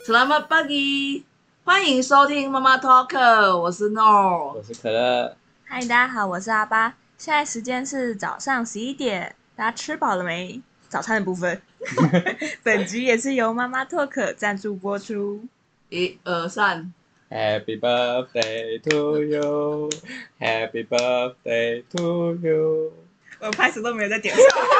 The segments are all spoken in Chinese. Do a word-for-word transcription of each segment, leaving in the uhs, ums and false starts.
Selamat pagi，欢迎收听妈妈 Talk， 我是 Nor， 我是可乐。 嗨，大家好，我是阿巴。现在时间是早上十一点，大家吃饱了没？早餐的部分。本集也是由妈妈 Talk 赞助播出。 一二三 Happy birthday to you, Happy birthday to you。 我拍手都没有在点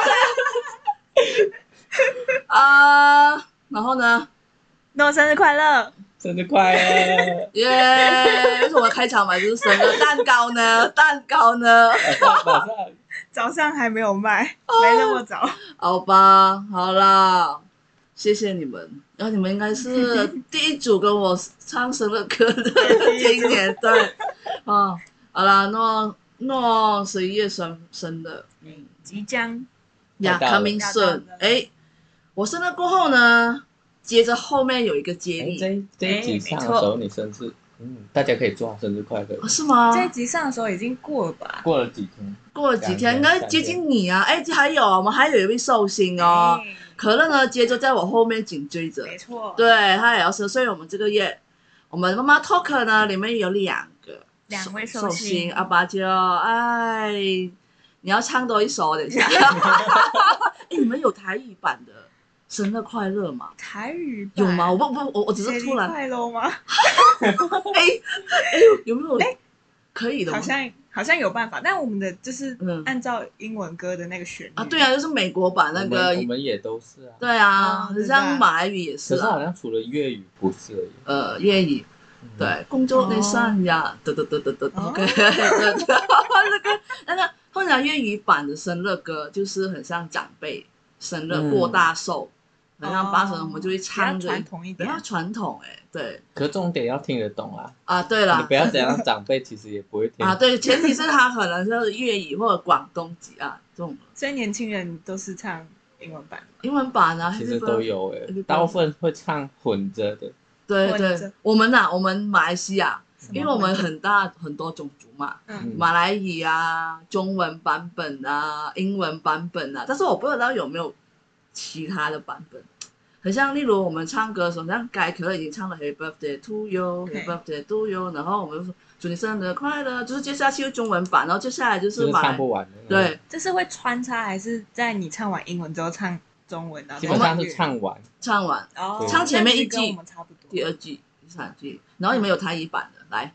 啊，然后呢？ 诺生日快乐！ 生日快乐！ 耶！为什么开场白就是生日蛋糕呢？蛋糕呢？ 马上早上还没有卖，没那么早。 好吧，好啦，谢谢你们。然后你们应该是第一组跟我唱生日歌的，今年对。哦，好啦，诺诺十一月生生的，嗯， 即将呀，coming soon。哎，我生日过后呢？接着后面有一个接力， 这这一集上的时候你生日，嗯，大家可以祝他生日快乐。 哦、是吗？ 这一集上的时候已经过了吧？ 过了几天？ 过了几天，应该接近你啊！哎，还有我们还有一位寿星哦，欸、可乐呢，接着在我后面紧追着， 没错， 对，他也要生，所以我们这个月，我们妈妈 Talk 呢里面有两个两位寿星， 阿巴就哎，你要唱多一首，等一下，哎，你们有台语版的？生日快乐嘛？ 台语有吗？我不不我我只是突然快乐吗？ 哎哎有没有？哎，可以的吗？ 好像好像有办法，但我们的就是按照英文歌的那个旋律啊，对啊，就是美国版那个， 我们也都是啊。 对啊，好像马来语也是， 可是好像除了粤语不是而已。 呃，粤语，对，工作那上呀，得得得得得 ，OK， 那个那个，通常粤语版的生日歌就是很像长辈生日过大寿。好像八成我们就会唱着，比较传统一点， 比较传统哎，对。 可重点要听得懂啊！ 啊，对了， 你不要怎样，长辈其实也不会听啊。对，前提是他可能是粤语或者广东籍啊这种。 所以年轻人都是唱英文版， 英文版啊， 其实都有哎，大部分会唱混着的。 对对，我们呐、啊，我们马来西亚，因为我们很大很多种族嘛，嗯、马来语啊、中文版本啊、英文版本啊，但是我不知道有没有其他的版本。很像，例如我们唱歌的时候，像该可能已经唱了 Happy Birthday to You，Happy Birthday to You， 然后我们就说祝你生日快乐，就是接下去是中文版，然后接下来就是马来， 唱不完的。 对， 这是会穿插，还是在你唱完英文之后唱中文？ 基本上是唱完， 唱完， 哦， 唱前面一句， 我们差不多， 第二句、第三句，然后你们有台语版的，来，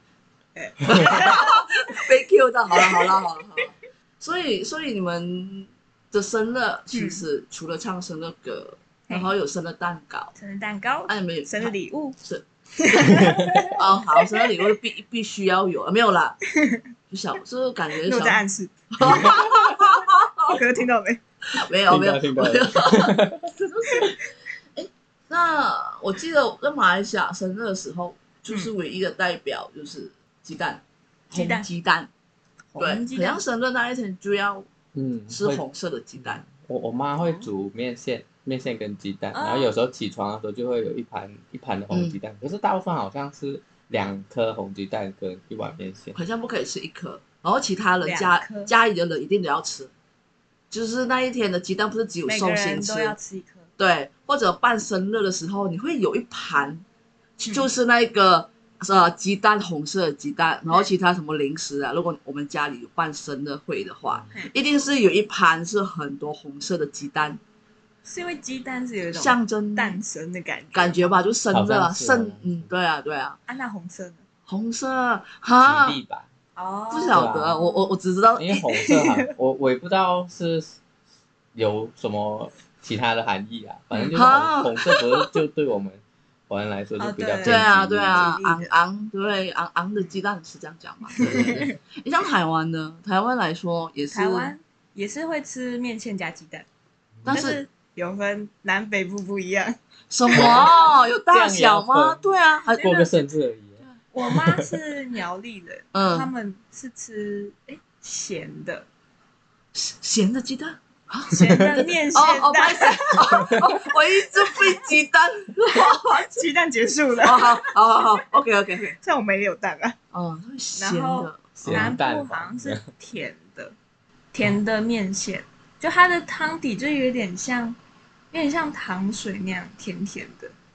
被 Q 到，好了好了好了好了，所以所以你们的生日其实除了唱生日歌。然后有生日蛋糕， 生日蛋糕， 那、啊、你们有生日礼物是哦，好，生日礼物必必须要有，没有啦，就小，就是感觉又在暗示，可是听到没？ 没有没有听到没有，哎，那我记得在马来西亚生日的时候，就是唯一的代表就是鸡蛋， 鸡蛋鸡蛋，对，好像生日那一天就要嗯吃红色的鸡蛋。 我我妈会煮面线。面线跟鸡蛋，然后有时候起床的时候就会有一盘一盘的红鸡蛋，嗯、可是大部分好像是两颗红鸡蛋跟一碗面线， 好像不可以吃一颗，然后其他人家家里的人一定都要吃，就是那一天的鸡蛋不是只有寿星吃， 每个人都要吃一颗， 对，或者办生日的时候你会有一盘，就是那个呃鸡蛋红色的鸡蛋，然后其他什么零食啊，如果我们家里有办生日会的话，嗯、一定是有一盘是很多红色的鸡蛋。 是因为鸡蛋是有一种象征诞生的感觉， 感觉吧，就生日啊，生嗯，对啊，对啊。 啊，那红色呢？ 红色哈， 吉利吧？ 哦， 不晓得，啊、我我我只知道， 因为红色哈，我我也不知道是有什么其他的含义啊，反正就是红红色，不是就对我们华人来说就比较对啊对啊，昂昂对昂昂的鸡蛋是这样讲嘛？对对对。你像台湾呢？台湾来说也是， 台湾也是会吃面线加鸡蛋，但是。有分南北部不一样， 什么有大小吗？对啊，还过个生日而已。 我妈是苗栗人，嗯，他们是吃哎咸的， 咸的鸡蛋啊，咸的面线蛋。哦哦，哦我一直被鸡蛋， 鸡蛋结束了。 好好好好 ，OK OK OK。 像我们也有蛋啊。 嗯，咸的。南部好像是甜的，甜的面线，就它的汤底就有点像。有点像糖水那样甜甜的，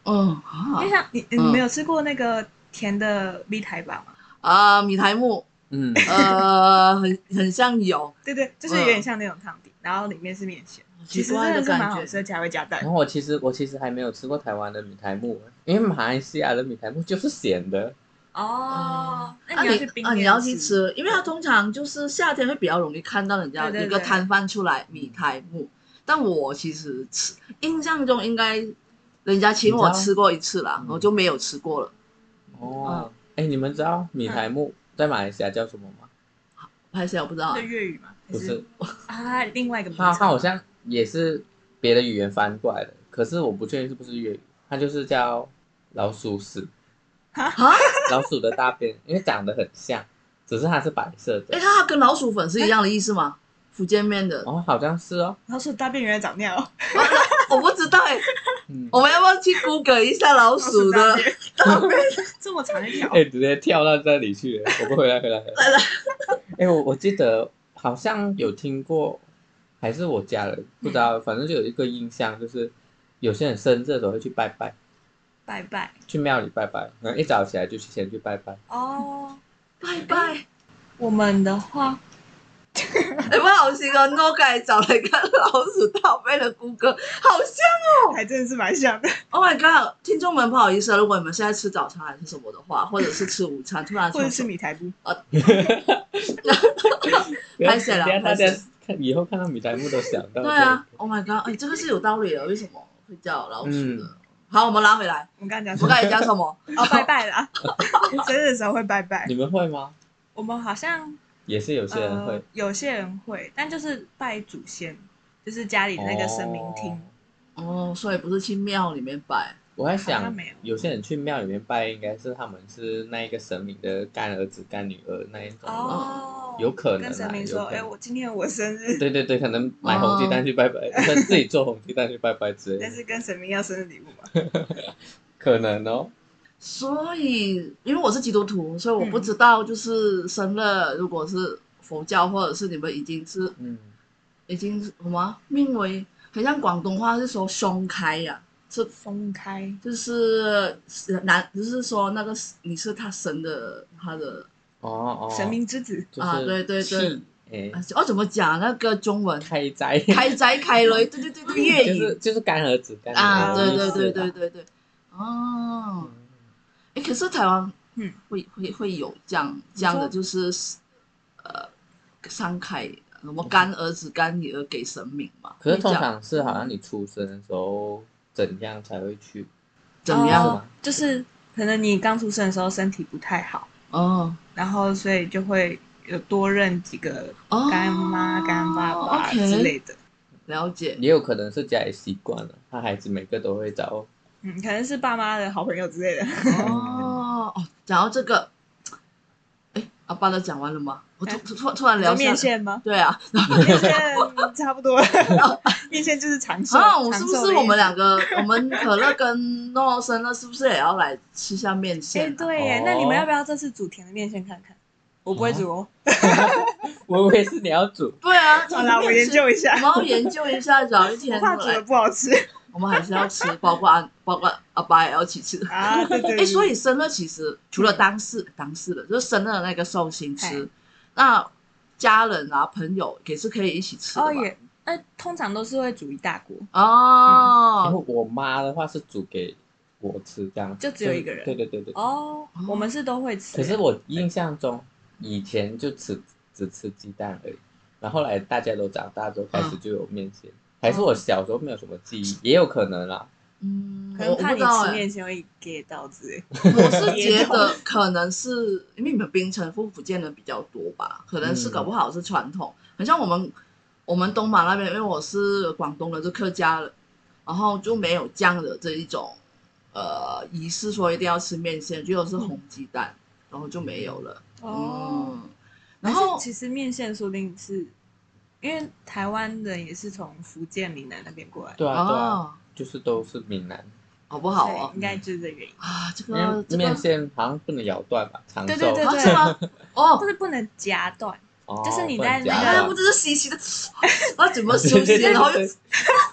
嗯因为啊像你你没有吃过那个甜的米苔吧吗？ 啊，米苔木， 嗯， 呃，很很像有， 对对，就是有点像那种汤底，然后里面是面线，其实真的是蛮好吃的，加会加蛋。 然后我其实我其实还没有吃过台湾的米苔木，因为马来西亚的米苔木就是咸的。 哦，那啊你要去冰啊，你店要去吃，因为它通常就是夏天会比较容易看到人家对对对一个摊贩出来米苔木，但我其实吃印象中应该人家请我吃过一次啦，我就没有吃过了。 哦，哎，你们知道米苔木在马来西亚叫什么吗？ 还是我不知道啊是，粤语吗？ 不是， 啊，另外一个名字它它好像也是别的语言翻过来的，可是我不确定是不是粤语，它就是叫老鼠屎， 啊， 老鼠的大便，因为长得很像，只是它是白色的。 哎，它跟老鼠粉是一样的意思吗？福建面的， 哦，好像是哦。 老鼠大便原来长那样哦， 我不知道哎， 嗯， 我们要不要去 Google 一下老鼠的大便？ 这么长一条哎，直接跳到这里去了。我不回来，回来，回来。 来来， 哎，我我记得好像有听过，还是我家人不知道，反正就有一个印象，就是有些人生日的时候会去拜拜， 拜拜去庙里拜拜，然后一早起来就先去拜拜。 哦。 拜拜。 我们的话， 哎，我好心哦，我刚才找了一个老鼠大便的谷歌，好像还真的是蛮像的， Oh my god！ 听众们不好意思啊，如果你们现在吃早餐还是什么的话，或者是吃午餐，突然或者是米苔布， 拍谁了？ 大家看以后看到米苔木都想到。 对啊 ，Oh my god！ 哎，这个是有道理的，为什么会叫老鼠的？ 嗯好，我们拉回来， 我们刚刚讲我什么？ 刚才讲什么？ 哦，拜拜啦，生日的时候会拜拜。 你们会吗？ 我们好像也是有些人会呃，有些人会，但就是拜祖先，就是家里的那个神明厅。 哦哦，所以不是去庙里面拜。 我在好想像没有， 有些人去庙里面拜，应该是他们是那一个神明的干儿子、干女儿那一种。 哦， 有可能啊跟神明说， 有可能哎，我今天我生日， 对对对，可能买红鸡蛋去拜拜，或者自己做红鸡蛋去拜拜之类的， 但是跟神明要生日礼物嘛。 可能哦。 所以，因为我是基督徒，所以我不知道，就是生日，如果是佛教或者是你们已经是嗯， 已经是什么命为，很像广东话是说松开呀、是松开， 就是男，就是说那个你是他生的他的哦哦， 神明之子， 就是啊对对对气，哎， 哦怎么讲那个中文开斋， 开斋开雷，对对对对粤语、 就是就是干儿子、干女儿啊，对的意思对对啦对对对，哦， 嗯哎，可是台湾嗯， 会会会有这样这样的， 你就是呃伤开什么干儿子干女儿给神明嘛？ 可是通会这样常是好像你出生的时候怎样才会去？ 怎么样？ 哦就是可能你刚出生的时候身体不太好， 哦然后所以就会有多认几个哦， 干妈、干爸爸 OK 之类的。 了解。 也有可能是家里习惯了，他孩子每个都会找。 嗯，可能是爸妈的好朋友之类的。 哦哦，讲到这个，哎，阿爸都讲完了吗？我突突突突然聊有下面线吗？ 对啊， 面线差不多，面线就是长寿。 啊，我是不长寿的意思是我们两个，我们可乐跟诺生呢，是不是也要来吃下面线、 哎， 啊？ 对耶， 哦那你们要不要这次煮甜的面线看看？我不会煮哦。 我以为是你要煮， 对啊， 好啦，我研究一下我。们要研究一下，找一我天怕煮的来， 不好吃我们还是要吃，包括阿包括阿爸也要一起吃。 啊！对对哎， 对， 所以生日其实除了当事当事人，就是生日的那个寿星哎吃，那家人啊朋友也是可以一起吃的吧哦也，呃，通常都是会煮一大锅， 然哦后我妈的话是煮给我吃，这样就只有一个人对对对对。 哦，我们是都会吃。 可是我印象中以前就吃只吃鸡蛋而已，然后后来大家都长大之后开始就有面线，还是我小时候没有什么记忆，也有可能啦。 嗯，我我可能怕你不知道哎、 吃面线会 get 到之类。 我是觉得可能是因为你们槟城福福建人比较多吧，可能是嗯搞不好是传统，很像我们我们东马那边，因为我是广东的，就客家人，然后就没有这样的这一种呃仪式，说一定要吃面线，只有是红鸡蛋，然后就没有了。 哦， 嗯，然然后后其实面线说不定是因为台湾人也是从福建闽南那边过来的， 对啊对啊， 哦， 就是都是闽南， 好不好哦所以应？该就是这原因。 啊，这因个这为面个线好像不能咬断吧，长寿。 对对对啊是吗？哦不，是不能夹断， 哦就是你不能在那个夹断哎，不只是稀稀的，啊，怎么休息，然后就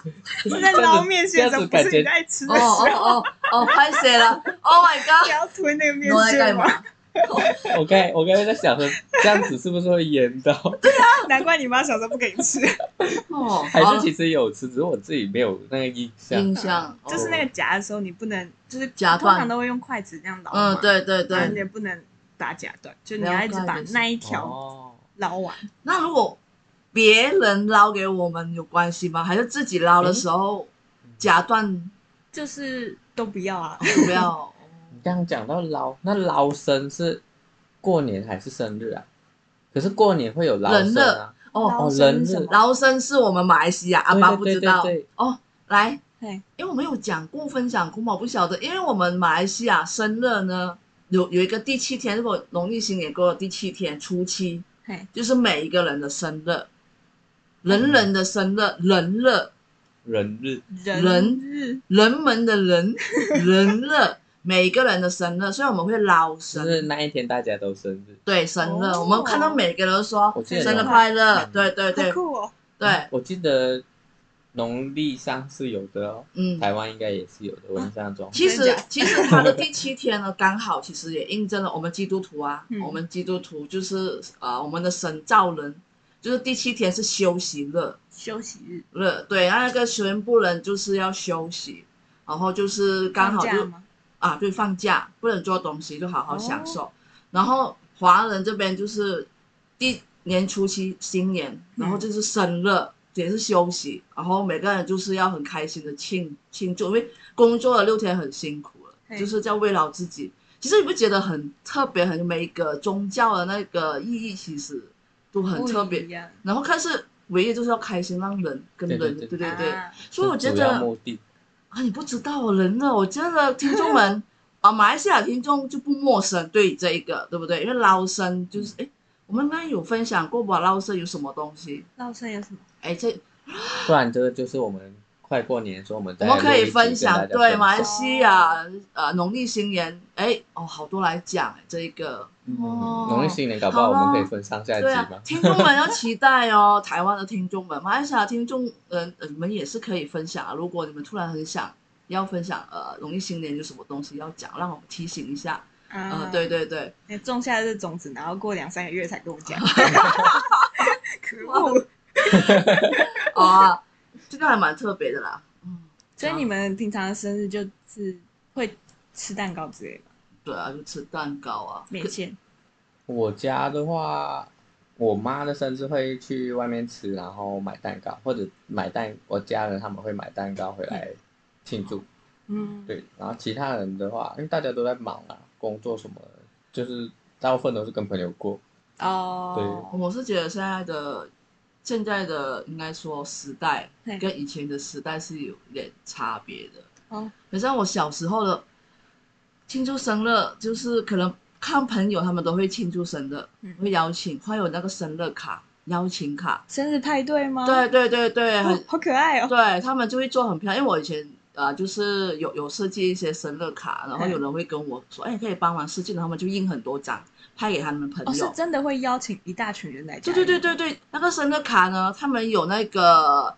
是在捞面线的时候，不是你在吃的时候。 哦哦哦哦，拍谁了 ？Oh my god！ 不要吞那个面线吗？ 我刚我刚才在想说，这样子是不是会噎到？ 对啊，难怪你妈小时候不给你吃。 哦， 还是其实有吃，只是我自己没有那个印象。 印象、 嗯、就是那个夹的时候，你不能就是夹断， 通常都会用筷子这样捞嘛。 嗯，对对对， 你也不能把它夹断，就你要一直把那一条捞完。哦、 那如果别人捞给我们有关系吗？还是自己捞的时候夹断？ 就是都不要啊， 都不要。 你刚刚讲到捞，那捞生是过年还是生日啊？可是过年会有捞生啊。 哦， 人日， 捞生是我们马来西亚，阿爸不知道。 对对对对哦，来，因为我们有讲过分享过嘛，我不晓得，因为我们马来西亚生日呢，有有一个第七天，如果农历新年过了第七天，初七，就是每一个人的生日，人人的生日，人日， 人日， 人日，人们的人，人日。每个人的生日，所以我们会捞生， 就是那一天大家都生日。 对，生日，哦、我们看到每个人都说生日快乐，对对对， 好酷哦。 对， 我记得农历上是有的哦，嗯，台湾应该也是有的，我印象中。 其实其实它的第七天呢，刚好其实也印证了我们基督徒啊，嗯、我们基督徒就是呃我们的神造人，就是第七天是休息日， 休息日， 日对，那个全部人就是要休息，然后就是刚好就。啊，对，放假不能做东西，就好好享受。哦、然后华人这边就是第年初七新年，然后就是生日，嗯、也是休息，然后每个人就是要很开心的庆庆祝，因为工作了六天很辛苦了，就是在慰劳自己。其实你不觉得很特别？很每一个宗教的那个意义其实都很特别。然后看是唯一就是要开心，让人跟人，对对 对, 对, 对、啊，所以我觉得。啊，你不知道人呢，我觉得听众们啊，马来西亚听众就不陌生对这一个，对不对？因为捞生就是，哎，我们刚刚有分享过吧？捞生有什么东西？ 捞生有什么？ 哎，这不然这个就是我们快过年的时候，我们我们可以分享，对马来西亚哦呃农历新年，哎哦，好多来讲哎，这一个哦，农历新年搞不好我们可以分上下集嘛。 啊、听众们要期待哦，台湾的听众们，马来西亚听众，呃，你们也是可以分享啊。如果你们突然很想要分享，呃，农历新年有什么东西要讲，让我们提醒一下。啊、呃，对对对， 你种下这种子，然后过两三个月才跟我讲，可恶！ 啊，这个还蛮特别的啦。 嗯，所以你们平常的生日就是会吃蛋糕之类的吗？ 对啊，就吃蛋糕啊， 面线。 我家的话，我妈的生日会去外面吃，然后买蛋糕，或者买蛋，我家人他们会买蛋糕回来庆祝。嗯，对，然后其他人的话，因为大家都在忙啊，工作什么的，就是大部分都是跟朋友过。 哦，对，我是觉得现在的现在的应该说时代跟以前的时代是有点差别的。哦，可像我小时候的庆祝生日，就是可能看朋友他们都会庆祝生日，嗯、会邀请，会有那个生日卡、邀请卡、 生日派对吗？ 对对对对， 哦、好可爱哦。 对他们就会做很漂亮，因为我以前。呃，就是有有设计一些生日卡，然后有人会跟我说，哎、欸，可以帮忙设计，然后他们就印很多张，拍给他们的朋友。 哦，是真的会邀请一大群人来家。 对对对对对，那个生日卡呢，他们有那个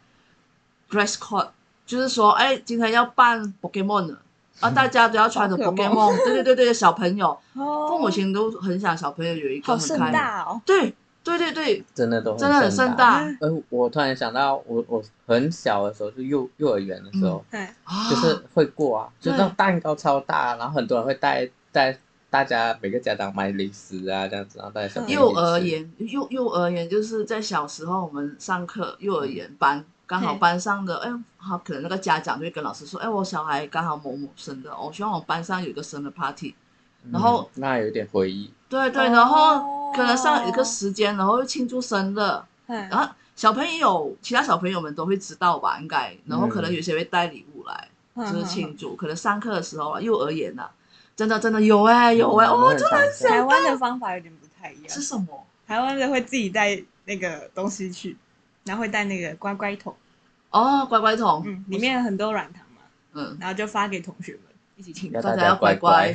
dress code， 就是说，哎、欸，今天要办 Pokemon 了，啊，大家都要穿着 Pokemon， 对对对对，小朋友，哦、父母亲都很想小朋友有一个很开心。好盛大哦。 对。对对对， 真的都真的很盛大。 呃，我突然想到，我我很小的时候，就幼幼儿园的时候，嗯、就是会过啊，就那种蛋糕超大，然后很多人会带带大家每个家长买零食啊这样子，然后带小朋友幼儿园幼幼儿园就是在小时候我们上课，幼儿园班刚好班上的，哎，好可能那个家长就会跟老师说，哎，我小孩刚好某某生日，我希望我班上有一个生日 party， 然后、 嗯、那有点回忆。 对对，然后可能上一个时间，然后又庆祝生日，然后小朋友其他小朋友们都会知道吧，应该，然后可能有些会带礼物来，嗯、就是庆祝。可能上课的时候，幼儿园啊，真的真的有哎、欸、有哎、欸，哦，真的很想。 台湾的方法有点不太一样。 是什么？ 台湾的会自己带那个东西去，然后会带那个乖乖桶。 哦，乖乖桶， 嗯，里面有很多软糖嘛，嗯，然后就发给同学们一起庆祝， 大家要乖乖。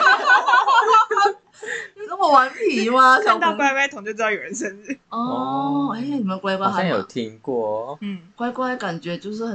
这么顽皮吗？ 看到乖乖桶就知道有人生日哦。哎，你们乖乖好像有听过， 嗯，乖乖感觉就是很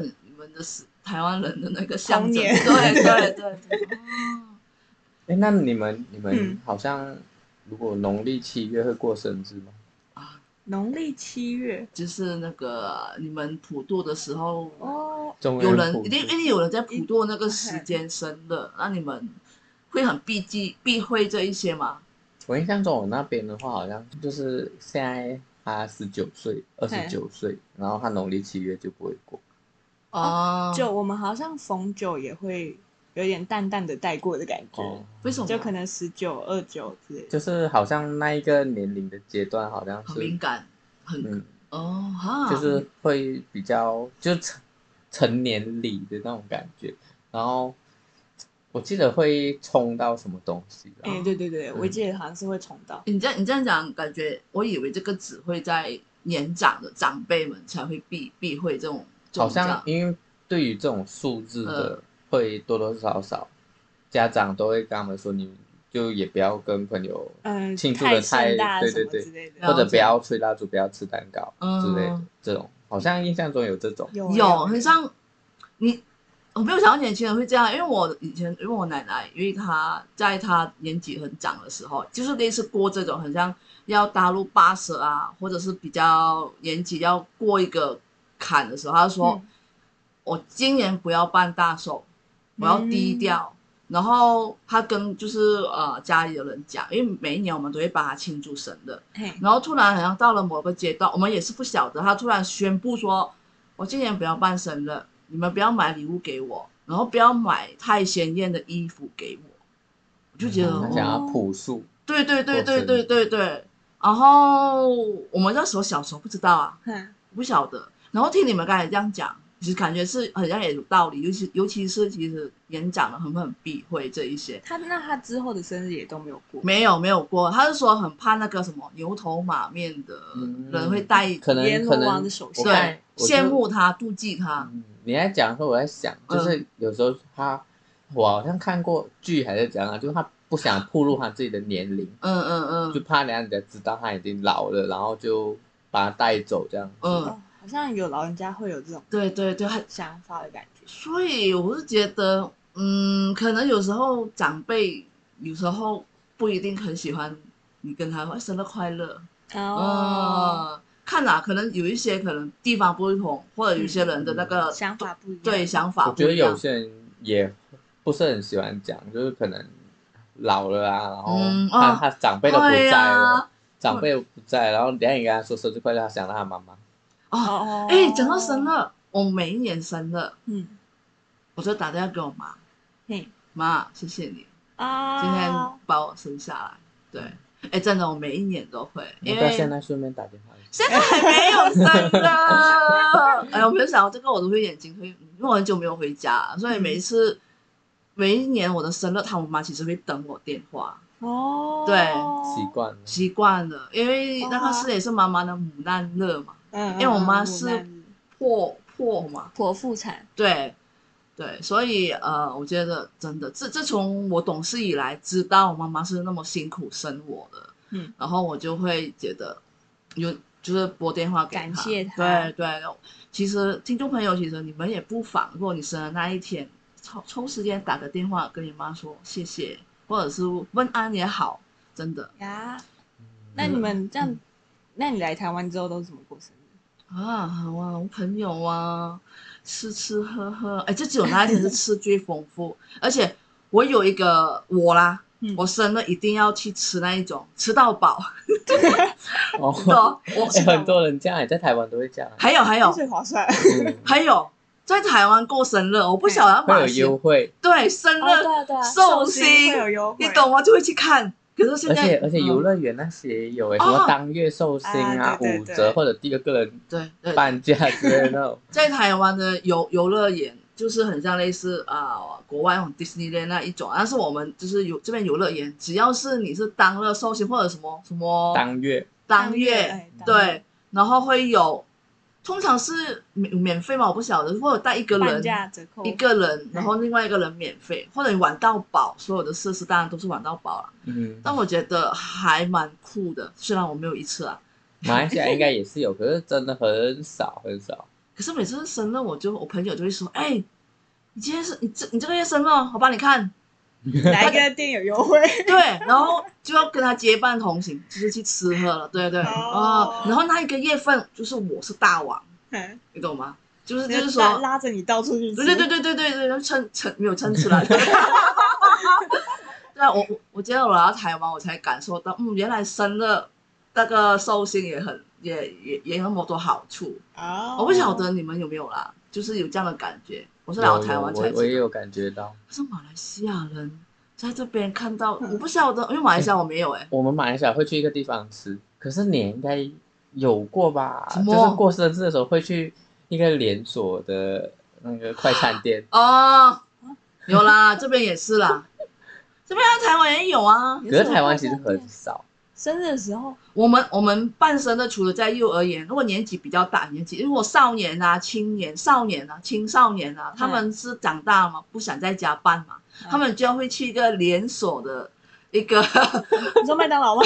们的台湾人的那个象征， 对对对对对。 哎、哦，那你们你们好像如果农历七月会过生日吗？ 啊， 农历七月就是那个你们普渡的时候哦， 有人一定一定有人在普渡那个时间生日，那你们会很避忌避讳这一些吗？ 我印象中我那边的话，好像就是现在他十九岁、二十九岁，然后他农历七月就不会过。 哦，就我们好像逢九也会有点淡淡的带过的感觉， 哦， 为什么？ 就可能十九、二九之类的。 就是好像那一个年龄的阶段，好像是很敏感，很嗯哦哈， 就是会比较就成成年礼的那种感觉，然后我记得会冲到什么东西。 哎、欸，对对对，嗯、我记得好像是会冲到。 你这样你这样讲，感觉我以为这个只会在年长的长辈们才会避避讳这种。 好像因为对于这种数字的，会多多少少家长都会跟他们说，你就也不要跟朋友庆祝的太， 太对对对，或者不要吹蜡烛，不要吃蛋糕之类的，嗯、这种好像印象中有这种， 有有很像你，我没有想到年轻人会这样，因为我以前因为我奶奶，因为她在她年纪很长的时候，就是类似过这种很像要踏入八十啊，或者是比较年纪要过一个坎的时候，她说、嗯、我今年不要办大寿，我要低调。嗯，然后他跟就是呃家里的人讲，因为每一年我们都会帮他庆祝生日，然后突然好像到了某个阶段，我们也是不晓得，他突然宣布说，我今年不要办生日，你们不要买礼物给我，然后不要买太鲜艳的衣服给我，我就觉得他想要朴素， 对对对对对对对，然后我们那时候小时候不知道啊，不晓得，然后听你们刚才这样讲。其实感觉是好像也有道理，尤其尤其是其实年长的很很避讳这一些。 他那他之后的生日也都没有过？ 没有没有过，他是说很怕那个什么牛头马面的人会戴阎罗王的手相，对，羡慕他妒忌他、 嗯。你在讲的时候，我在想，就是有时候他，嗯、我好像看过剧还是怎样啊，就是他不想暴露他自己的年龄， 嗯嗯嗯， 就怕人家知道他已经老了，然后就把他带走这样子。 嗯。好像有老人家会有这种对对对想法的感觉， 所以我是觉得，嗯，可能有时候长辈有时候不一定很喜欢你跟他说生日快乐哦、呃，看啦、啊，可能有一些可能地方不同，或者有些人的那个、 嗯、想法不一样， 对想法不一样。我觉得有些人也不是很喜欢讲，就是可能老了啊，然后他、嗯、他長輩都不在了，嗯、長輩不在，然後等下你跟他說生日快樂，他想到他媽媽。 哦，哎、欸，講到生日，我每一年生日，嗯，我就打電話給我媽，嘿，媽，謝謝你啊，今天把我生下來，對，哎、欸，真的，我每一年都會，因為現在順便打電話， 現在還沒有生日，哎，我沒有想到這個，我都會眼睛會，因為我很久沒有回家，所以每一次、嗯、每一年我的生日，他們媽其實會等我電話。哦，對， 習慣了， 習慣了，因為那個是也是媽媽的母難日嘛。嗯，因為我媽是剖剖嘛， 剖腹產， 對對，所以呃，我覺得真的自自從我懂事以來，知道我媽媽是那麼辛苦生我的，嗯，然後我就會覺得有就是撥電話給她， 感謝她， 對對。其實聽眾朋友，其實你們也不妨，如果你生日那一天，抽抽時間打個電話跟你媽說謝謝，或者是問安也好，真的呀。那你們這樣，嗯、那你來台灣之後都是怎麼過生日？ 啊，好啊，我朋友啊，吃吃喝喝，哎，就只有那一天是吃最豐富，而且我有一個我啦，嗯、我生日一定要去吃那一種，吃到飽。 哦，我、欸、很多人這樣，在台灣都會這樣。 還有還有， 最划算。 還有在台灣過生日，我不曉得會有優惠。 對，生日壽星會有優惠，你懂嗎？就會去看。可是現在， 而且而且遊樂園那些也有誒、嗯，什麼當月壽星啊，五、啊、折或者第二個人對半價之類的那種。 在台灣的遊遊樂園就是很像類似啊、呃、國外那種 Disneyland 那一種，但是我們就是有這邊遊樂園，只要是你是當日壽星或者什麼什麼當月當月對，然後會有。通常是免免費嘛，我不曉得，或者帶一個人，一個人，然後另外一個人免費，或者你玩到飽，所有的設施當然都是玩到飽啦。嗯，但我覺得還蠻酷的，雖然我沒有一次啊。 馬來西亞應該也是有，可是真的很少很少。 可是每次生日，我就我朋友就会说，哎、欸，你今天是你这你这个月生日，我帮你看哪一个店有优惠？ 对，然后就要跟他结伴同行，就是去吃喝了，对对啊、 哦呃，然后那一个月份就是我是大王， 嗯， 你懂吗？就是就是说拉拉着你到处去吃， 对对对对对对对，撑撑没有撑起来。对啊，我我今天我来到台湾，我才感受到，嗯，原来生日那个寿星也很也也也有那么多好处。 哦， 我不晓得你们有没有啦，就是有这样的感觉。我是来到台湾才知道， 我我也有感觉到。 可是马来西亚人在这边看到，我不晓得，因为马来西亚我没有哎、欸。 我们马来西亚会去一个地方吃，可是你应该有过吧？ 什么？ 就是过生日的时候会去一个连锁的那个快餐店。 哦，有啦，这边也是啦，这边台湾也有啊。 可是台湾其实很少。 生日的时候， 我们我们办生日除了在幼儿园，如果年纪比较大，年纪如果少年啊、青年、少年啊、青少年啊，他们是长大嘛，不想在家办嘛，嗯、他们就会去一个连锁的一个， 你说麦当劳吗？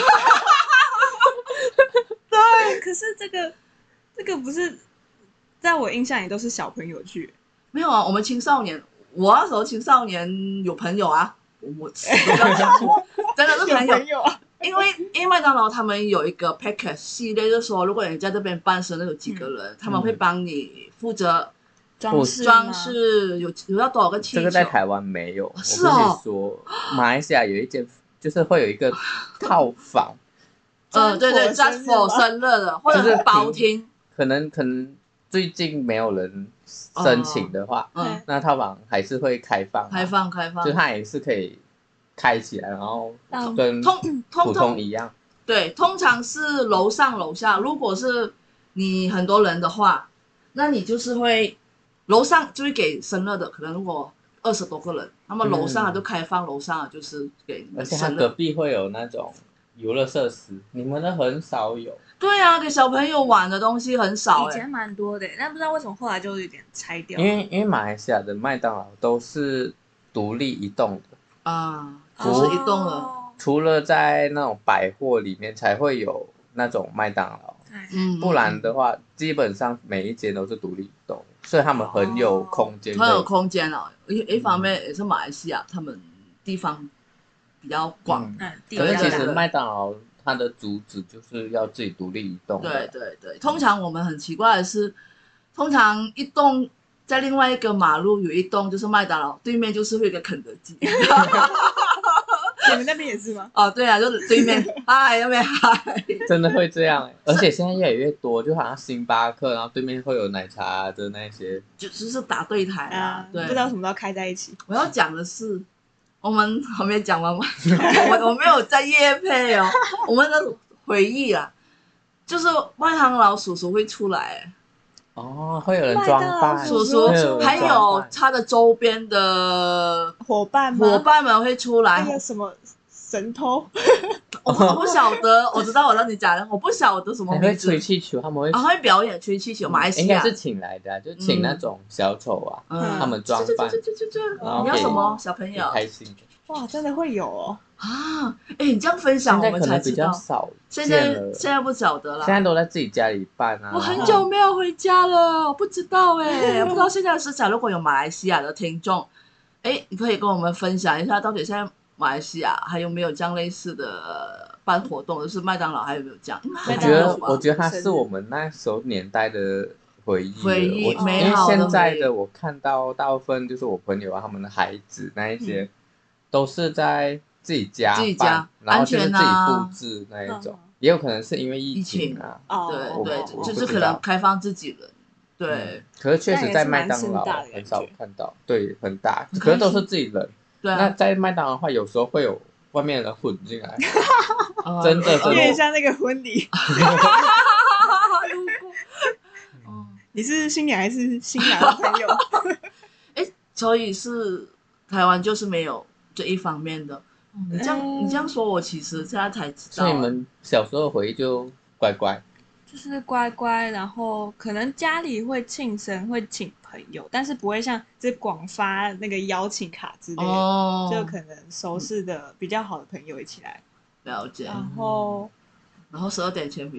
对，可是这个这个不是，在我印象里都是小朋友去。 没有啊，我们青少年，我那时候青少年有朋友啊，我真的是朋友。 朋友啊因为因为麦当劳他们有一个 package 系列，就是说如果你在这边办生日有几个人，嗯、他们会帮你负责装饰装饰，有有要多少个气球？ 这个在台湾没有。 是哦。 我跟你说，马来西亚有一间，就是会有一个套房。 呃，对对 ，just for 生日的，或者是包厅。 可能可能最近没有人申请的话，哦、嗯，那套房还是会开放、啊， 开放开放， 就它也是可以。开起来，然后跟普通一样。 对，通常是楼上楼下。如果是你很多人的话，那你就是会楼上就会给生日的，可能如果二十多个人，那么楼上就开放，楼上就是给而且它隔壁会有那种游乐设施，你们的很少有。 对啊，给小朋友玩的东西很少、欸， 以前蛮多的，但不知道为什么后来就有点拆掉。 因为因为马来西亚的麦当劳都是独立一栋的啊。就是一栋了， 除了在那种百货里面才会有那种麦当劳，嗯，不然的话，基本上每一间都是独立一栋，所以他们很有空间， 很有空间哦。一一方面也是马来西亚，他们地方比较广， 嗯，可是其实麦当劳它的主旨就是要自己独立一栋。 对对对，通常我们很奇怪的是，通常一栋在另外一个马路有一栋就是麦当劳，对面就是会有一个肯德基。 你们那边也是吗？ 哦，对啊，就是对面，嗨，那边嗨， 真的会这样、欸，而且现在越来越多，就好像星巴克，然后对面会有奶茶的那些， 就就是打对台啊，对， 不知道什么都要开在一起。 我要讲的是，我们还没讲完吗？我我没有在业配哦，我们的回忆啊，就是麦当劳叔叔会出来、欸。 哦，会有人装扮， 叔叔，还有他的周边的伙伴吗？ 伙伴们会出来。 那个什么神偷， 我不我不晓得，我知道我让你讲的，我不晓得什么名字。 会吹气球，他们会啊会表演吹气球，马来西亚应该是请来的、啊，就请那种小丑啊，嗯、他们装扮， 就就就就你要什么小朋友开心。 哇，真的会有哦。 啊，哎，你这样分享我们才知道。现在现在不晓得了， 现在都在自己家里办啊。 我很久没有回家了，我不知道哎，不知道现在的市场。如果有马来西亚的听众，哎，你可以跟我们分享一下，到底现在马来西亚还有没有这样类似的办活动？就是麦当劳还有没有这样？ 我觉得，我觉得它是我们那时候年代的回忆。 回忆，美因为好的现在的我看到大部分就是我朋友啊，他们的孩子那一些。都是在自己家办， 自己家然后就是自己布置那一种，嗯、也有可能是因为疫情啊， 哦、对对，就是可能开放自己人，对。 嗯、可是确实在麦当劳很少看到，对，很大，可是都是自己人。 对、啊， 那在麦当劳的话，有时候会有外面人混进来，真的， 有点像那个婚礼。你是新娘还是新郎的朋友？ 哎，所以是台湾就是没有。这一方面的，你这样、嗯、你这样说，我其实现在才知道。 所以你们小时候回忆就乖乖， 就是乖乖，然后可能家里会庆生，会请朋友，但是不会像这广发那个邀请卡之类的，哦、就可能熟识的比较好的朋友一起来了解， 然后然后十二点前回家。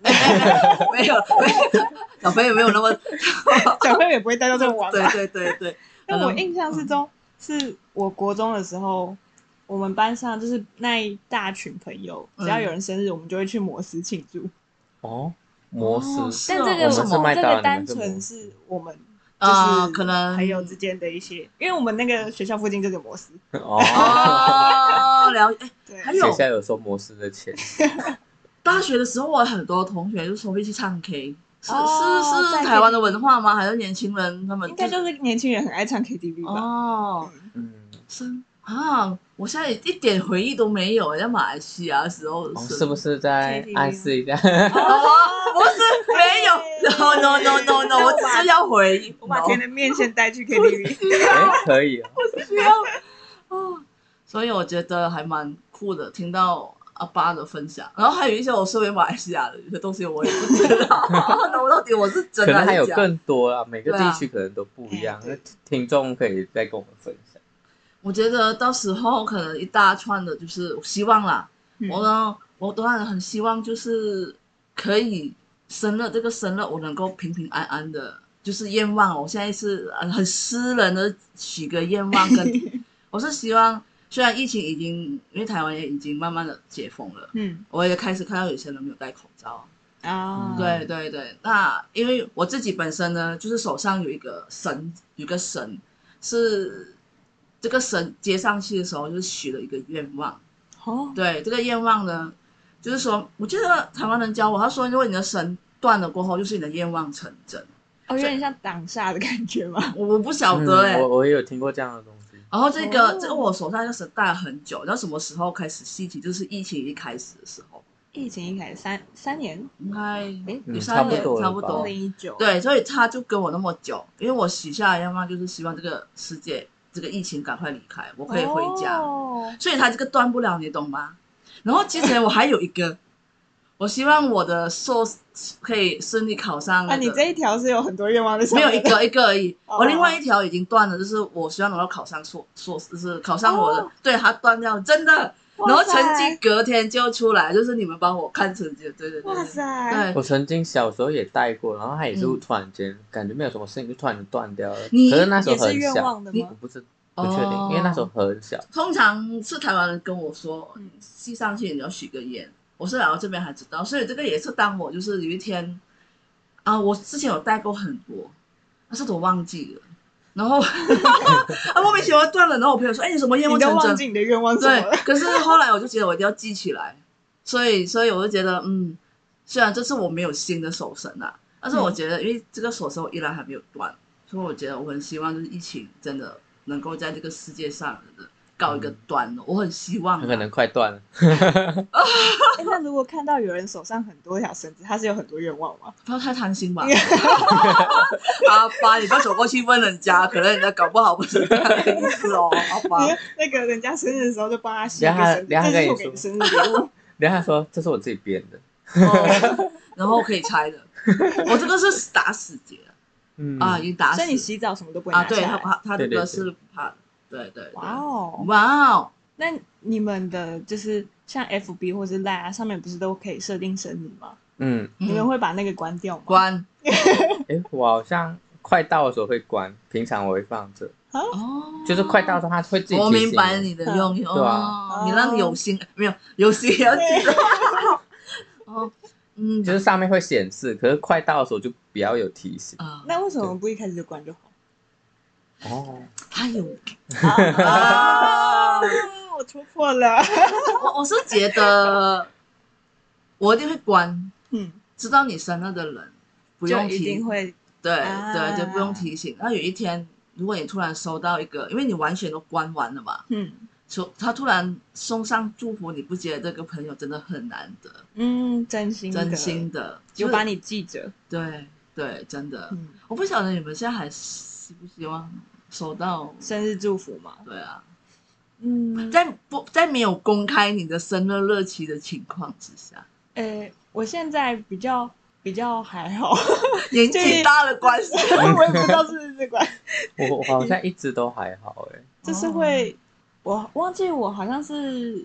没有没有，小朋友没有那么， 小朋友也不会带到这么晚吧？ 对对对对。 但我印象之中，是我国中的时候，我们班上就是那一大群朋友，只要有人生日，我们就会去摩斯庆祝。 哦，摩斯， 但这个这个单纯是我们。就是可能朋友之间的一些，因为我们那个学校附近就是摩斯哦， 了解。对，还有学校有收摩斯的钱。 大学的时候，我有很多同学就说会去唱 K， 是是是台湾的文化吗？还是年轻人他们？ 应该就是年轻人很爱唱 K T V 吧。哦， 嗯， 是啊，我现在一点回忆都没有。在马来西亚的时候， 是不是在暗示一下？ 不是，没有 ，no no no no no， 我只是要回忆。 我把甜的面先带去 K T V， 可以哦。 我需要哦，所以我觉得还蛮酷的，听到阿爸的分享，然后还有一些我身为马来西亚的有些东西我也不知道，我到底我是真的可能还有更多啊，每个地区可能都不一样，那、啊、听众可以再跟我们分享。 我觉得到时候可能一大串的，就是希望啦，嗯、我呢，我当然很希望就是可以。生日这个生日我能够平平安安的，就是愿望。我现在是很私人的许个愿望，跟我是希望，虽然疫情已经，因为台湾也已经慢慢的解封了，嗯，我也开始看到有些人没有戴口罩啊。对对对，那因为我自己本身呢，就是手上有一个绳，有一个绳是这个绳接上去的时候，就是许了一个愿望。哦，对，这个愿望呢。就是说，我记得台湾人教我，他说，如果你的绳断了过后，就是你的愿望成真。 哦，有点像挡煞的感觉吗？ 我不晓得哎、欸嗯，我我也有听过这样的东西。 然后这个、哦、这个我手上这个绳戴了很久，你知道什么时候开始吸起？就是疫情一开始的时候。 疫情一开始三三年， 应该哎有三年差不多。 二零一九。 对，所以他就跟我那么久，因为我许下的愿望就是希望这个世界这个疫情赶快离开，我可以回家。哦、所以他这个断不了，你懂吗？然后之前我还有一个，我希望我的硕士可以顺利考上、那個。 啊，你这一条是有很多愿望的， 没有一个一个而已。哦、我另外一条已经断了，就是我希望能够考上硕硕士，就是考上我的，哦、对，它断掉了，真的。然后成绩隔天就出来，就是你们帮我看成绩，对对对。 哇塞！对， 我曾经小时候也带过，然后它也是突然间、嗯、感觉没有什么事情，就突然断掉了。你可是那时候很小， 也是愿望的吗？ 我不是。不确定，因为那时候很小。 通常是台湾人跟我说，嗯，系上去你要许个愿。我是来到这边才知道，所以这个也是当我就是有一天，啊，我之前有带过很多，但是我忘记了。然后啊，莫名其妙断了。然后我朋友说：“哎、欸，你什么愿望成真？” 你都忘记你的愿望是什么了？ 对，可是后来我就觉得我一定要记起来，所以所以我就觉得，嗯，虽然这次我没有新的手绳啦，但是我觉得，因为这个手绳我依然还没有断，所以我觉得我很希望就是疫情真的。能够在这个世界上告一个段落，嗯、我很希望、啊。 可能快断了。 欸、那如果看到有人手上很多条绳子，他是有很多愿望吗？ 他太贪心吧。阿爸，你不要走过去问人家，可能人家搞不好不是这样的意思哦。阿爸， 那个人家生日的时候就帮他写一个绳子，这是我给你生日礼物。 然后他说这是我自己编的， 哦、然后可以拆的。我这个是打死结。嗯啊，已经打死， 所以你洗澡什么都不会拿下来。 啊，对，他他这个是怕，对对。 哇哦， 哇哦！ 那你们的就是像 F B 或是 Line 啊，上面不是都可以设定生日吗？嗯，你们会把那个关掉吗？ 关。 哎，我好像快到的时候会关，平常我会放着。哦，就是快到的时候，它会自己提醒。 我明白你的用意，对啊，你让有心没有有心也要记得。 哦。嗯，就是上面会显示，可是快到的时候就比较有提醒。 啊，那为什么不一开始就关就好？ 哦，他有啊，我突破了。 我我是觉得我一定会关，嗯，知道你生日的人不用提， 一定会， 对、啊、对，就不用提醒。那有一天，如果你突然收到一个，因为你完全都关完了嘛，嗯。他突然送上祝福，你不觉得这个朋友真的很难得？ 嗯，真心的， 真心的， 就把你记着。 对对，真的。嗯、我不晓得你们现在还希不希望收到生日祝福嘛？ 对啊，嗯，在不在没有公开你的生日日期的情况之下， 呃，我现在比较比较还好， 年纪大的关系， 我也不知道是不是这关。 我我好像一直都还好哎、欸， 就是会。我忘记我好像是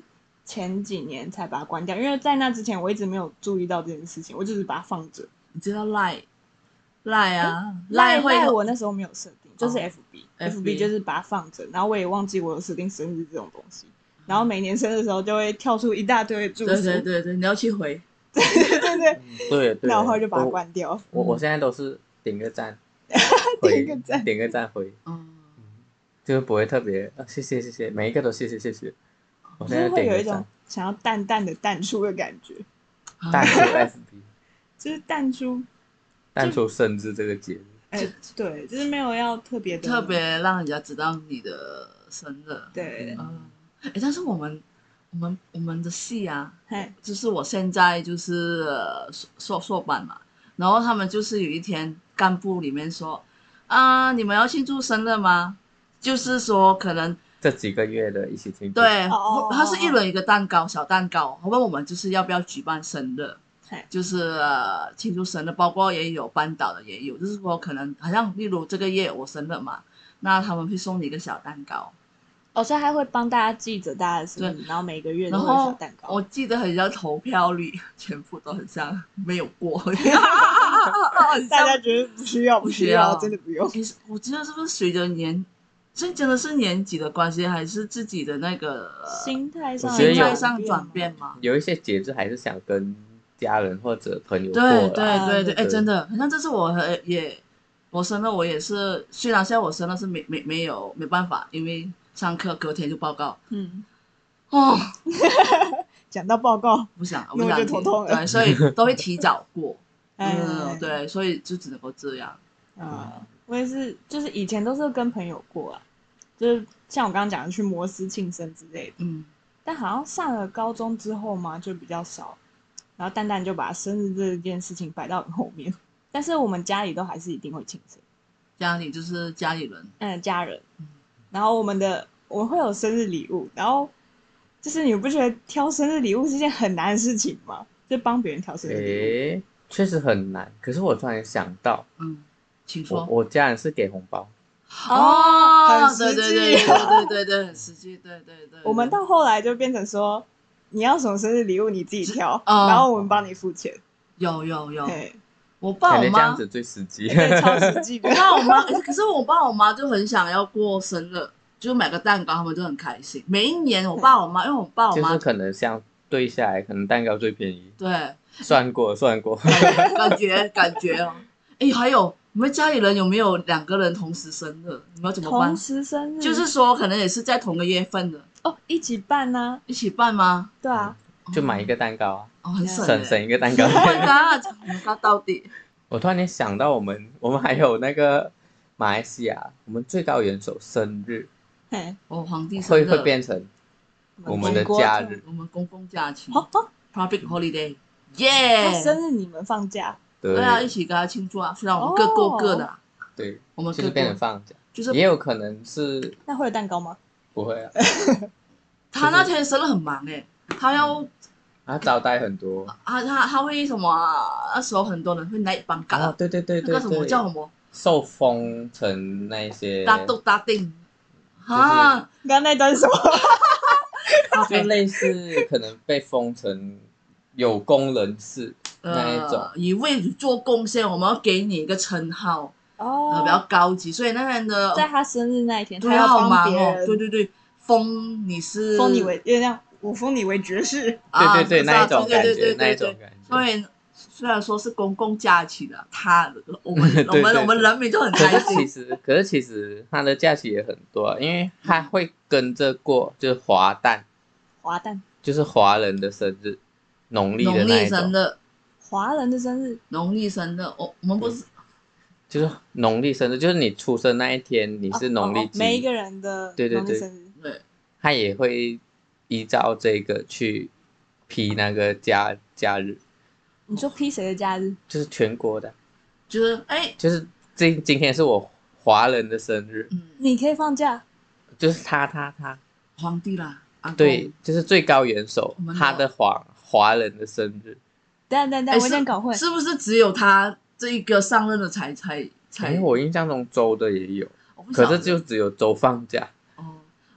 前几年才把它关掉，因为在那之前我一直没有注意到这件事情，我就是把它放着。 你知道赖赖啊， 赖会赖我那时候没有设定，就是 F B，F B、 哦、 就是把它放着，然后我也忘记我有设定生日这种东西，然后每年生日的时候就会跳出一大堆的祝福， 对对对对，你要去回， 对对对对， 对对， 然后就把它关掉。 我我, 我现在都是点个赞， 点个赞， 点个赞回，嗯，就是不会特别、啊、谢谢谢谢，每一个都谢谢谢谢。我现在就是会有一种想要淡淡的淡出的感觉， 淡出 F B， 就是淡出淡出生日这个节日。 哎，对，就是没有要特别的特别让人家知道你的生日。 对， 嗯，哎，但是我们我们我们的系啊，就是我现在就是硕硕班嘛，然后他们就是有一天干部里面说啊，你们要庆祝生日吗？就是说可能这几个月的一起庆祝。 对，它是一人一个蛋糕，小蛋糕，问我们就是要不要举办生日。就是呃庆祝生日，包括也有班导的也有，就是说可能好像例如这个月我生日嘛，那他们会送你一个小蛋糕。 哦，所以他会帮大家记着大家的生日，然后每个月都会有小蛋糕。 我记得很像投票率全部都很像没有过， 大家觉得不需要，不需要，真的不用。 其实我觉得是不是随着年，这真的是年纪的关系，还是自己的那个心态上心态上转变吗？ 有一些节日还是想跟家人或者朋友过对对对对，哎，真的，好像这次我也我生日，我也是，虽然现在我生日是没没没有没办法，因为上课隔天就报告，嗯，哦， 讲到报告不想，我不想头痛了， 对，所以都会提早过，嗯，对，所以就只能够这样。 啊，我也是，就是以前都是跟朋友过啊，就是像我刚刚讲的去摩斯庆生之类的，嗯，但好像上了高中之后嘛，就比较少。然后蛋蛋就把生日这件事情摆到很后面，但是我们家里都还是一定会庆生。 家里就是家里人， 嗯，家人。嗯、然后我们的我们会有生日礼物，然后就是你不觉得挑生日礼物是件很难的事情吗？就帮别人挑生日礼物， 确实很难。可是我突然想到， 嗯，请说， 我, 我家人是给红包。 哦，很实际， 对对对对对，很实际，对对对。 我们到后来就变成说，你要什么生日礼物你自己挑，哦、然后我们帮你付钱。 有有有，我爸我妈这样子最实际， 对，超实际的。 我爸我妈，可是我爸我妈就很想要过生日，就买个蛋糕，他们就很开心。每一年我爸我妈，因为我爸我妈就是可能像对下来，可能蛋糕最便宜。 对， 算过算过， 感觉感觉哦。哎，还有你们家里人有没有两个人同时生日？你们怎么办？ 同时生日， 就是说可能也是在同个月份的哦，一起办呢、啊？ 一起办吗？ 对啊。 就买一个蛋糕啊， 哦，很省省省一个蛋糕。 Oh my god， 很高到底。 我突然间想到，我们我们还有那个马来西亚，我们最高元首生日， 哦，皇帝生日会会变成我们的假日， 我们公共假期， 好、哦、 ，public holiday， 耶、 yeah ！他生日你们放假， 对, 对啊，一起跟他庆祝啊，虽然我们各过各的、啊哦，对， 我们就是变成放假， 就是也有可能是， 那会有蛋糕吗？ 不会啊， 他那天生日很忙哎，他要。 他招待很多， 啊，他他会什么、啊？那时候很多人会来帮干、 哦，对对对对， 那个什么叫什么？ 受封成那些大豆大丁，啊， 刚刚那段什么？ 就类似可能被封成有功人士那一种， 呃、以为你做贡献，我们要给你一个称号， 哦、 呃，比较高级，所以那天的在他生日那一天， 他要帮别人， 哦，对对对，封你是封你为有点像。我封你为爵士， 对对对，那一种感觉，那一种感觉。 所以虽然说是公共假期的，他我们我们我们人民就很开心。 可是其实，可是其实他的假期也很多，因为他会跟着过，就是华诞， 华诞就是华人的生日，农历的那一种。 农历生日， 华人的生日， 农历生日，我我们不是， 就是农历生日，就是你出生那一天，你是农历几， 每一个人的对对对， 对， 他也会。依照这个去批那个假假日， 你说批谁的假日？ 就是全国的， 就是哎， 就是今今天是我华人的生日， 嗯，你可以放假， 就是他他他皇帝啦， 对，就是最高元首他的华华人的生日。 等等等，我有点搞混， 是不是只有他这一个上任的才才才？ 因为我印象中州的也有，可是就只有州放假。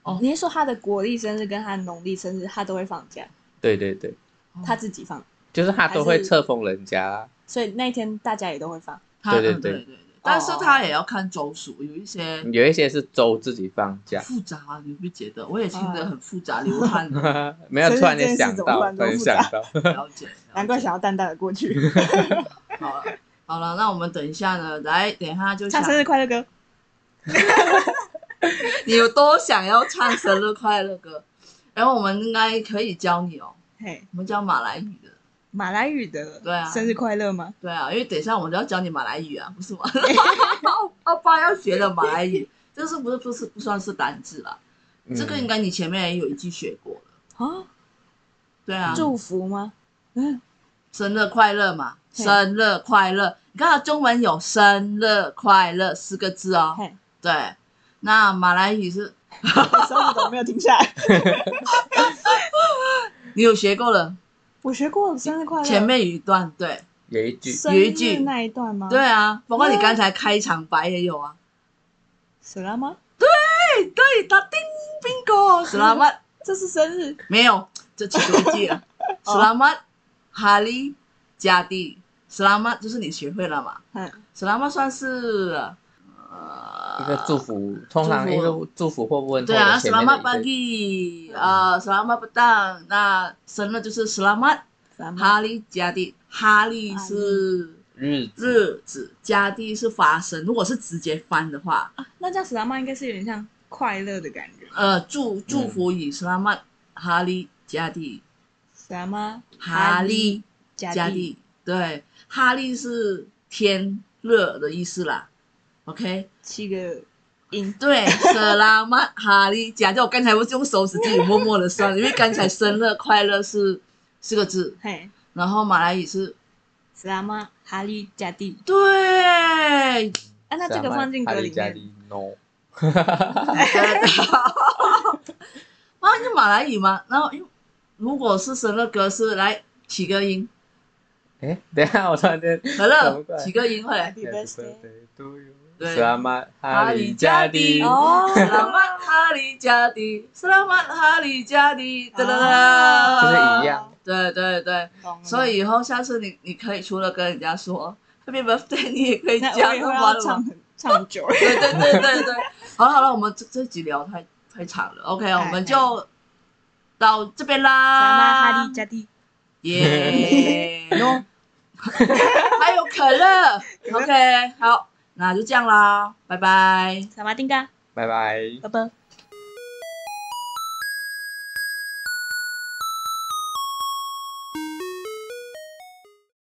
哦，你是说他的国历生日跟他的农历生日，他都会放假？ 对对对， 他自己放， 就是他都会册封人家， 所以那一天大家也都会放。 对对对对对，但是他也要看州属，有一些有一些是州自己放假， 复杂，你不觉得？我也听得很复杂，流汗。 没有，突然间想到，突然想到， 了解， 难怪想要淡淡的过去。 好了好了，那我们等一下呢，来，等一下就唱生日快乐歌。 你有多想要唱生日快乐歌？然后我们应该可以教你哦。 嘿， 我们教马来语的。 马来语的， 对啊， 生日快乐吗？ 对啊，因为等一下我们就要教你马来语啊，不是吗？阿爸要学的马来语，这是不是不是不算是单字啦？嗯、这个应该你前面也有一句学过了啊。对啊。 祝福吗？ 嗯，生日快乐嘛，生日快乐。你看中文有生日快乐四个字哦。对，那马来语是， 手指头没有停下来。 你有学过了？ 我学过生日快乐。 前面有一段，对， 有一句， 有一句那一段吗？ 对啊，包括你刚才开场白也有啊。 死了吗？ 对对，打叮 bingo， 死了吗？ 这是生日？ 没有，这其中一句了。Selamat Hari Jadi， Selamat 就是你学会了嘛？嗯 ，Selamat 算是呃一个祝福，通常一个祝福或问候。 对啊 ，Selamat pagi， 呃 ，Selamat petang， 那生日就是 Selamat Hari Jadi，Hari 是日日子，家地是发生。如果是直接翻的话， 啊、那这样 Selamat 应该是有点像快乐的感觉。 呃，祝祝福语 Selamat Hari Jadi。Selamat Hari Jadi， 对，哈利是天热的意思啦。OK， 七个音。 对 ，Selamat Hari Jadi， 我刚才我是用手指自己默默的算，因为刚才生日快乐是四个字， 嘿， 然后马来语是 Selamat Hari Jadi。 对， 啊，那这个放进歌里面。 No。 啊，是马来语吗？然后，如果是生日歌是来起个音。 哎，等一下，我突然间。 可乐，起个音会。 Happy birthday to you。Selamat Hari Jadi。 哦 ，Selamat Hari Jadi，Selamat Hari Jadi， 哒哒哒。 就是一样。 对对对，所以以后下次你你可以除了跟人家说 Happy birthday， 你也可以讲。 那我要唱唱久了。 对对对对对，好了好了，我们这这集聊太太长了 ，OK， 我们就到这边啦。 Selamat Hari Jadi。 耶，喏，还有可乐 ，OK， 好，那就这样啦，拜拜。 Selamat tinggal。 拜拜。 拜拜。